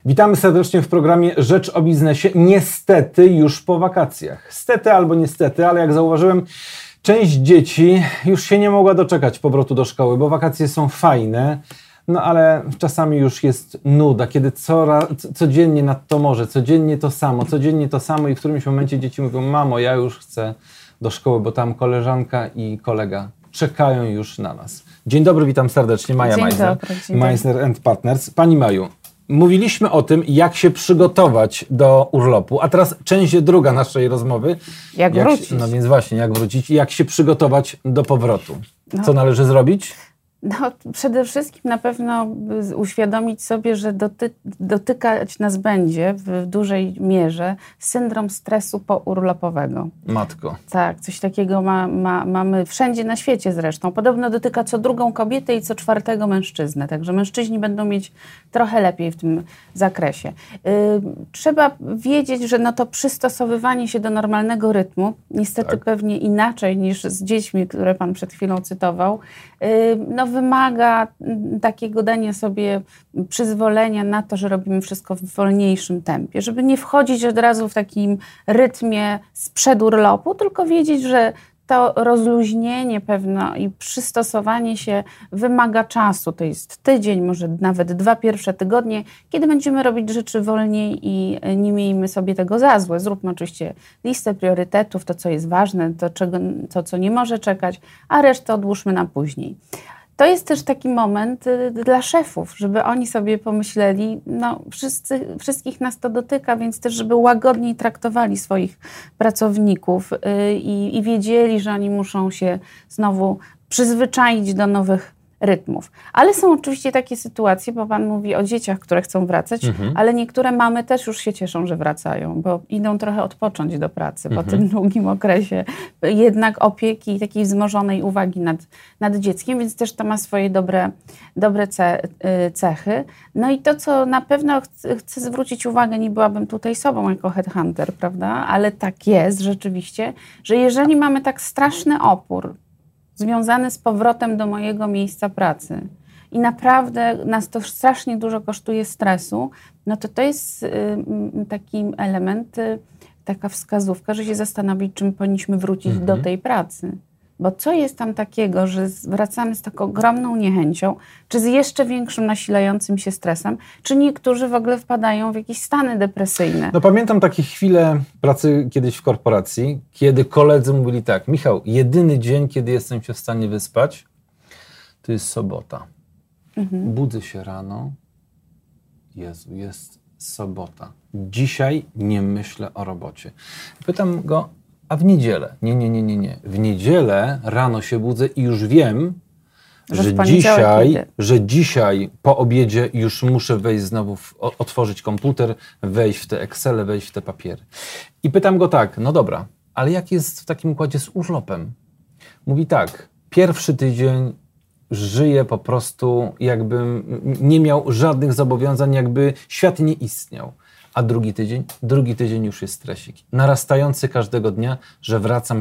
Witamy serdecznie w programie Rzecz o Biznesie. Niestety już po wakacjach. Stety albo niestety, ale jak zauważyłem, część dzieci już się nie mogła doczekać powrotu do szkoły, bo wakacje są fajne, no ale czasami już jest nuda, kiedy codziennie nad to morze, codziennie to samo i w którymś momencie dzieci mówią: mamo, ja już chcę do szkoły, bo tam koleżanka i kolega czekają już na nas. Dzień dobry, witam serdecznie. Maja Meissner & Partners. Pani Maju, mówiliśmy o tym, jak się przygotować do urlopu, a teraz część druga naszej rozmowy. Jak wrócić. No więc właśnie, jak wrócić i jak się przygotować do powrotu. Co należy zrobić? No, przede wszystkim na pewno uświadomić sobie, że dotykać nas będzie w dużej mierze syndrom stresu pourlopowego. Matko. Tak, coś takiego mamy wszędzie na świecie zresztą. Podobno dotyka co drugą kobietę i co czwartego mężczyznę. Także mężczyźni będą mieć trochę lepiej w tym zakresie. Trzeba wiedzieć, że to przystosowywanie się do normalnego rytmu, niestety pewnie inaczej niż z dziećmi, które pan przed chwilą cytował, wymaga takiego dania sobie przyzwolenia na to, że robimy wszystko w wolniejszym tempie, żeby nie wchodzić od razu w takim rytmie sprzed urlopu, tylko wiedzieć, że to rozluźnienie pewne i przystosowanie się wymaga czasu. To jest tydzień, może nawet 2 pierwsze tygodnie, kiedy będziemy robić rzeczy wolniej i nie miejmy sobie tego za złe. Zróbmy oczywiście listę priorytetów, to co jest ważne, to co nie może czekać, a resztę odłóżmy na później. To jest też taki moment dla szefów, żeby oni sobie pomyśleli, wszystkich nas to dotyka, więc też żeby łagodniej traktowali swoich pracowników i wiedzieli, że oni muszą się znowu przyzwyczaić do nowych rytmów. Ale są oczywiście takie sytuacje, bo pan mówi o dzieciach, które chcą wracać, ale niektóre mamy też już się cieszą, że wracają, bo idą trochę odpocząć do pracy po tym długim okresie jednak opieki i takiej wzmożonej uwagi nad dzieckiem, więc też to ma swoje dobre cechy. No i to, co na pewno chcę zwrócić uwagę, nie byłabym tutaj sobą jako headhunter, prawda, ale tak jest rzeczywiście, że jeżeli mamy tak straszny opór związany z powrotem do mojego miejsca pracy i naprawdę nas to strasznie dużo kosztuje stresu, to jest taki element, taka wskazówka, że się zastanowić, czym powinniśmy wrócić do tej pracy. Bo co jest tam takiego, że wracamy z taką ogromną niechęcią, czy z jeszcze większym nasilającym się stresem, czy niektórzy w ogóle wpadają w jakieś stany depresyjne. Pamiętam takie chwile pracy kiedyś w korporacji, kiedy koledzy mówili tak: Michał, jedyny dzień, kiedy jestem się w stanie wyspać, to jest sobota. Budzę się rano, Jezu, jest sobota. Dzisiaj nie myślę o robocie. Pytam go: a w niedzielę? Nie. W niedzielę rano się budzę i już wiem, że dzisiaj po obiedzie już muszę wejść znowu, otworzyć komputer, wejść w te Excele, wejść w te papiery. I pytam go tak: no dobra, ale jak jest w takim układzie z urlopem? Mówi tak: pierwszy tydzień żyję po prostu, jakbym nie miał żadnych zobowiązań, jakby świat nie istniał. A drugi tydzień już jest stresik. Narastający każdego dnia, że wracam.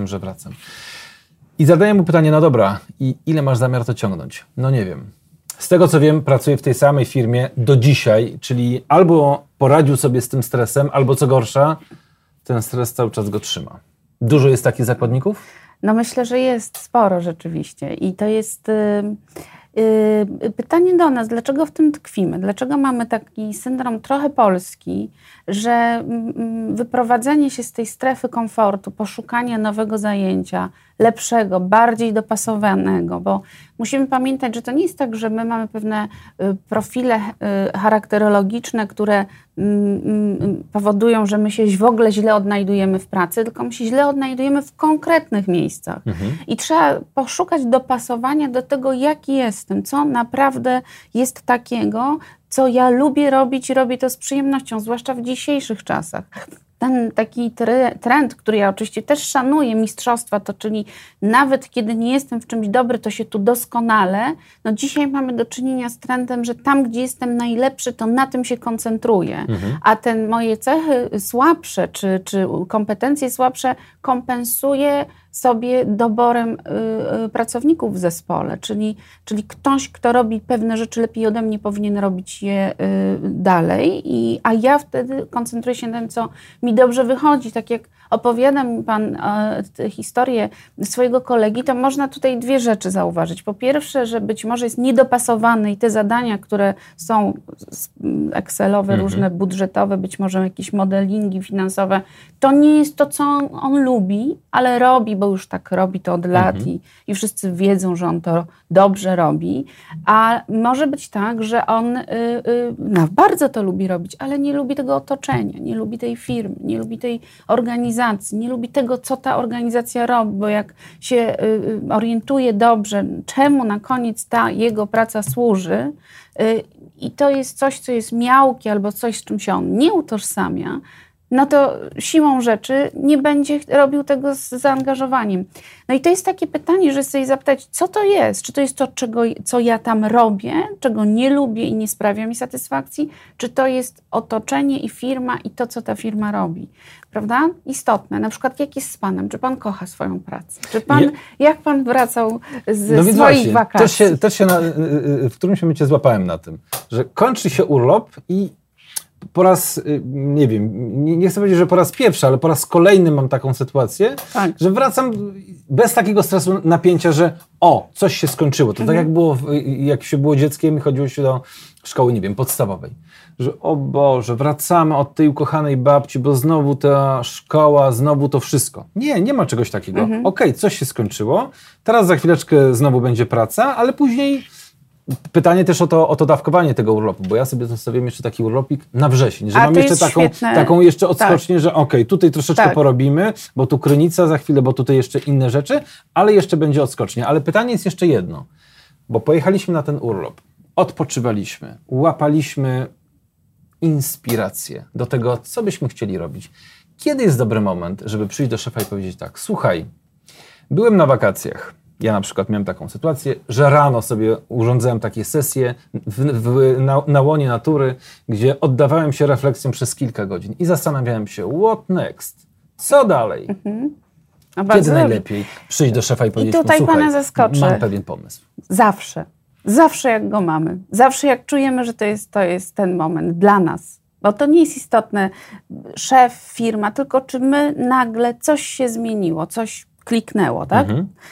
I zadaję mu pytanie: no dobra, i ile masz zamiar to ciągnąć? No nie wiem. Z tego co wiem, pracuję w tej samej firmie do dzisiaj, czyli albo poradził sobie z tym stresem, albo co gorsza, ten stres cały czas go trzyma. Dużo jest takich zakładników? Myślę, że jest sporo rzeczywiście i to jest pytanie do nas, dlaczego w tym tkwimy? Dlaczego mamy taki syndrom trochę polski, że wyprowadzenie się z tej strefy komfortu, poszukanie nowego zajęcia, lepszego, bardziej dopasowanego, bo musimy pamiętać, że to nie jest tak, że my mamy pewne profile charakterologiczne, które powodują, że my się w ogóle źle odnajdujemy w pracy, tylko my się źle odnajdujemy w konkretnych miejscach. I trzeba poszukać dopasowania do tego, jaki jestem, co naprawdę jest takiego, co ja lubię robić i robię to z przyjemnością, zwłaszcza w dzisiejszych czasach. Ten taki trend, który ja oczywiście też szanuję, mistrzostwa, to czyli nawet kiedy nie jestem w czymś dobry, to się tu doskonale. Dzisiaj mamy do czynienia z trendem, że tam, gdzie jestem najlepszy, to na tym się koncentruję. A te moje cechy słabsze, czy kompetencje słabsze kompensuję sobie doborem pracowników w zespole, czyli ktoś, kto robi pewne rzeczy lepiej ode mnie, powinien robić je dalej, a ja wtedy koncentruję się na tym, co mi dobrze wychodzi. Tak jak opowiada mi pan historię swojego kolegi, to można tutaj dwie rzeczy zauważyć. Po pierwsze, że być może jest niedopasowany i te zadania, które są Excelowe, różne budżetowe, być może jakieś modelingi finansowe, to nie jest to, co on lubi, ale robi, bo już tak robi to od lat i wszyscy wiedzą, że on to dobrze robi. A może być tak, że on bardzo to lubi robić, ale nie lubi tego otoczenia, nie lubi tej firmy, nie lubi tej organizacji, nie lubi tego, co ta organizacja robi, bo jak się orientuje dobrze, czemu na koniec ta jego praca służy, i to jest coś, co jest miałkie albo coś, z czym się on nie utożsamia, no to siłą rzeczy nie będzie robił tego z zaangażowaniem. No i to jest takie pytanie, że sobie zapytać, co to jest? Czy to jest to, co ja tam robię, czego nie lubię i nie sprawia mi satysfakcji? Czy to jest otoczenie i firma i to, co ta firma robi? Prawda? Istotne. Na przykład jak jest z panem? Czy pan kocha swoją pracę? Czy pan, jak pan wracał z swoich wakacji? W którymś momencie złapałem na tym, że kończy się urlop i po raz, nie wiem, nie chcę powiedzieć, że po raz pierwszy, ale po raz kolejny mam taką sytuację, że wracam bez takiego stresu, napięcia, że coś się skończyło. To tak jak było, jak się było dzieckiem i chodziło się do szkoły, nie wiem, podstawowej. Że o Boże, wracamy od tej ukochanej babci, bo znowu ta szkoła, znowu to wszystko. Nie ma czegoś takiego. Okej, coś się skończyło, teraz za chwileczkę znowu będzie praca, ale później pytanie też o to dawkowanie tego urlopu, bo ja sobie zostawiłem jeszcze taki urlopik na wrzesień, że mam jeszcze taką jeszcze odskocznię, że tutaj troszeczkę porobimy, bo tu Krynica za chwilę, bo tutaj jeszcze inne rzeczy, ale jeszcze będzie odskocznia. Ale pytanie jest jeszcze jedno, bo pojechaliśmy na ten urlop, odpoczywaliśmy, łapaliśmy inspirację do tego, co byśmy chcieli robić. Kiedy jest dobry moment, żeby przyjść do szefa i powiedzieć tak, słuchaj, byłem na wakacjach. Ja na przykład miałem taką sytuację, że rano sobie urządzałem takie sesje na łonie natury, gdzie oddawałem się refleksjom przez kilka godzin i zastanawiałem się, what next? Co dalej? Kiedy najlepiej przyjść do szefa i powiedzieć mu, słuchaj, pana zaskoczę. Mam pewien pomysł. Zawsze jak go mamy. Zawsze jak czujemy, że to jest ten moment dla nas. Bo to nie jest istotne, szef, firma, tylko czy my nagle coś się zmieniło, coś kliknęło, tak?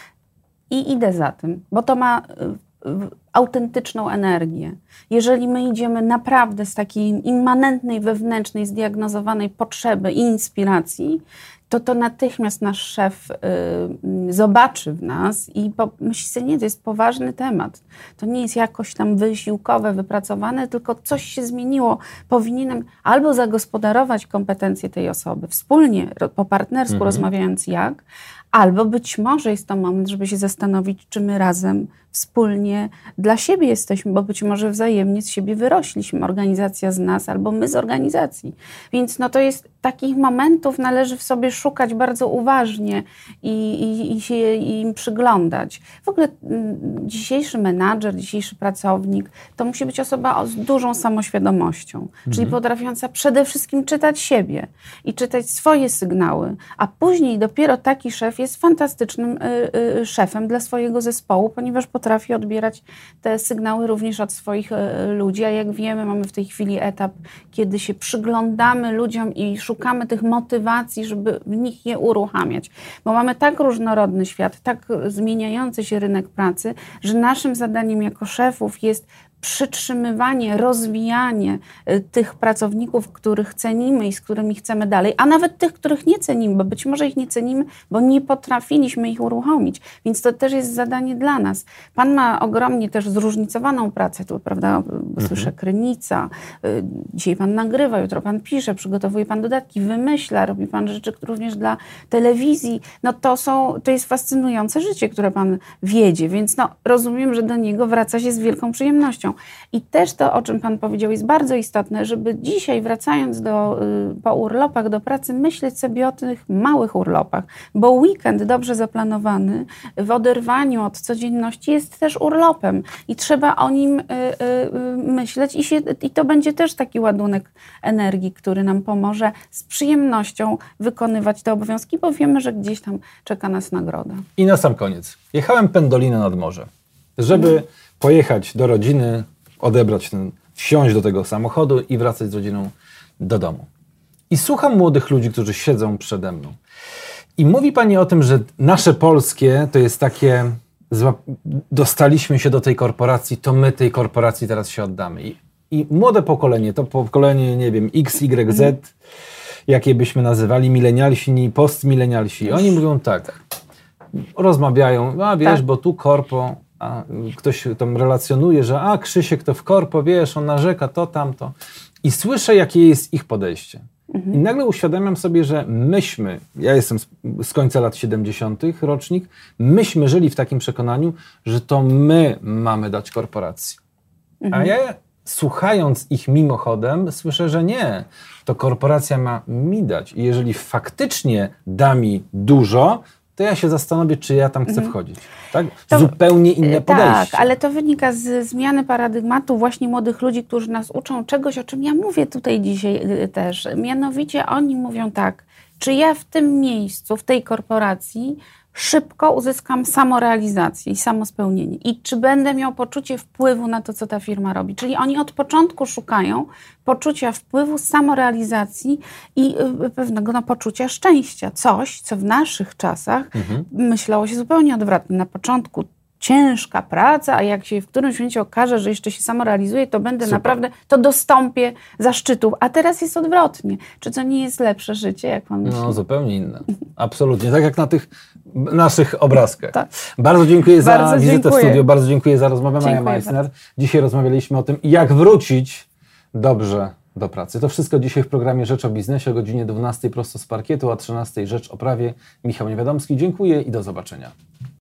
I idę za tym, bo to ma autentyczną energię. Jeżeli my idziemy naprawdę z takiej immanentnej, wewnętrznej, zdiagnozowanej potrzeby i inspiracji, to natychmiast nasz szef zobaczy w nas i myśli sobie, nie, to jest poważny temat. To nie jest jakoś tam wysiłkowe, wypracowane, tylko coś się zmieniło. Powinienem albo zagospodarować kompetencje tej osoby wspólnie, po partnersku rozmawiając jak, albo być może jest to moment, żeby się zastanowić, czy my razem, wspólnie dla siebie jesteśmy, bo być może wzajemnie z siebie wyrośliśmy. Organizacja z nas, albo my z organizacji. Więc to jest takich momentów należy w sobie szukać bardzo uważnie i się im przyglądać. W ogóle dzisiejszy menadżer, dzisiejszy pracownik to musi być osoba z dużą samoświadomością, czyli potrafiąca przede wszystkim czytać siebie i czytać swoje sygnały, a później dopiero taki szef jest fantastycznym szefem dla swojego zespołu, ponieważ potrafi odbierać te sygnały również od swoich ludzi, a jak wiemy, mamy w tej chwili etap, kiedy się przyglądamy ludziom i szukamy tych motywacji, żeby w nich je uruchamiać. Bo mamy tak różnorodny świat, tak zmieniający się rynek pracy, że naszym zadaniem jako szefów jest przytrzymywanie, rozwijanie tych pracowników, których cenimy i z którymi chcemy dalej, a nawet tych, których nie cenimy, bo być może ich nie cenimy, bo nie potrafiliśmy ich uruchomić. Więc to też jest zadanie dla nas. Pan ma ogromnie też zróżnicowaną pracę, tu, prawda, słyszę Krynica, dzisiaj pan nagrywa, jutro pan pisze, przygotowuje pan dodatki, wymyśla, robi pan rzeczy również dla telewizji. To jest fascynujące życie, które pan wiedzie, więc rozumiem, że do niego wraca się z wielką przyjemnością. odpowiedzialnością. I też to, o czym Pan powiedział, jest bardzo istotne, żeby dzisiaj, wracając po urlopach do pracy, myśleć sobie o tych małych urlopach, bo weekend dobrze zaplanowany w oderwaniu od codzienności jest też urlopem i trzeba o nim myśleć i to będzie też taki ładunek energii, który nam pomoże z przyjemnością wykonywać te obowiązki, bo wiemy, że gdzieś tam czeka nas nagroda. I na sam koniec. Jechałem Pendolino nad morze, żeby pojechać do rodziny, wsiąść do tego samochodu i wracać z rodziną do domu. I słucham młodych ludzi, którzy siedzą przede mną. I mówi pani o tym, że nasze polskie to jest takie, dostaliśmy się do tej korporacji, to my tej korporacji teraz się oddamy. I młode pokolenie, to pokolenie, nie wiem, X, Y, Z, jakie byśmy nazywali, milenialsi, postmilenialsi. Oni mówią tak, rozmawiają, a wiesz, bo tu korpo, a ktoś tam relacjonuje, że Krzysiek to w korpo, wiesz, on narzeka, to, tamto. I słyszę, jakie jest ich podejście. I nagle uświadamiam sobie, że ja jestem z końca lat 70. rocznik, myśmy żyli w takim przekonaniu, że to my mamy dać korporacji. A ja słuchając ich mimochodem słyszę, że nie, to korporacja ma mi dać. I jeżeli faktycznie da mi dużo, to ja się zastanowię, czy ja tam chcę wchodzić. Tak? Zupełnie inne podejście. Tak, ale to wynika z zmiany paradygmatu właśnie młodych ludzi, którzy nas uczą czegoś, o czym ja mówię tutaj dzisiaj też. Mianowicie oni mówią tak, czy ja w tym miejscu, w tej korporacji szybko uzyskam samorealizację i samospełnienie. I czy będę miał poczucie wpływu na to, co ta firma robi. Czyli oni od początku szukają poczucia wpływu, samorealizacji i pewnego poczucia szczęścia. Coś, co w naszych czasach myślało się zupełnie odwrotnie. Na początku ciężka praca, a jak się w którymś momencie okaże, że jeszcze się samorealizuję, to będę naprawdę, to dostąpię zaszczytów. A teraz jest odwrotnie. Czy to nie jest lepsze życie, jak pan myśli? No, zupełnie inne. Absolutnie. Tak jak na tych naszych obrazkach. Tak. Bardzo dziękuję za wizytę w studiu. Bardzo dziękuję za rozmowę, Maja Meissner. Dzisiaj rozmawialiśmy o tym, jak wrócić dobrze do pracy. To wszystko dzisiaj w programie Rzecz o Biznesie o godzinie 12 prosto z parkietu, a 13 Rzecz o Prawie. Michał Niewiadomski. Dziękuję i do zobaczenia.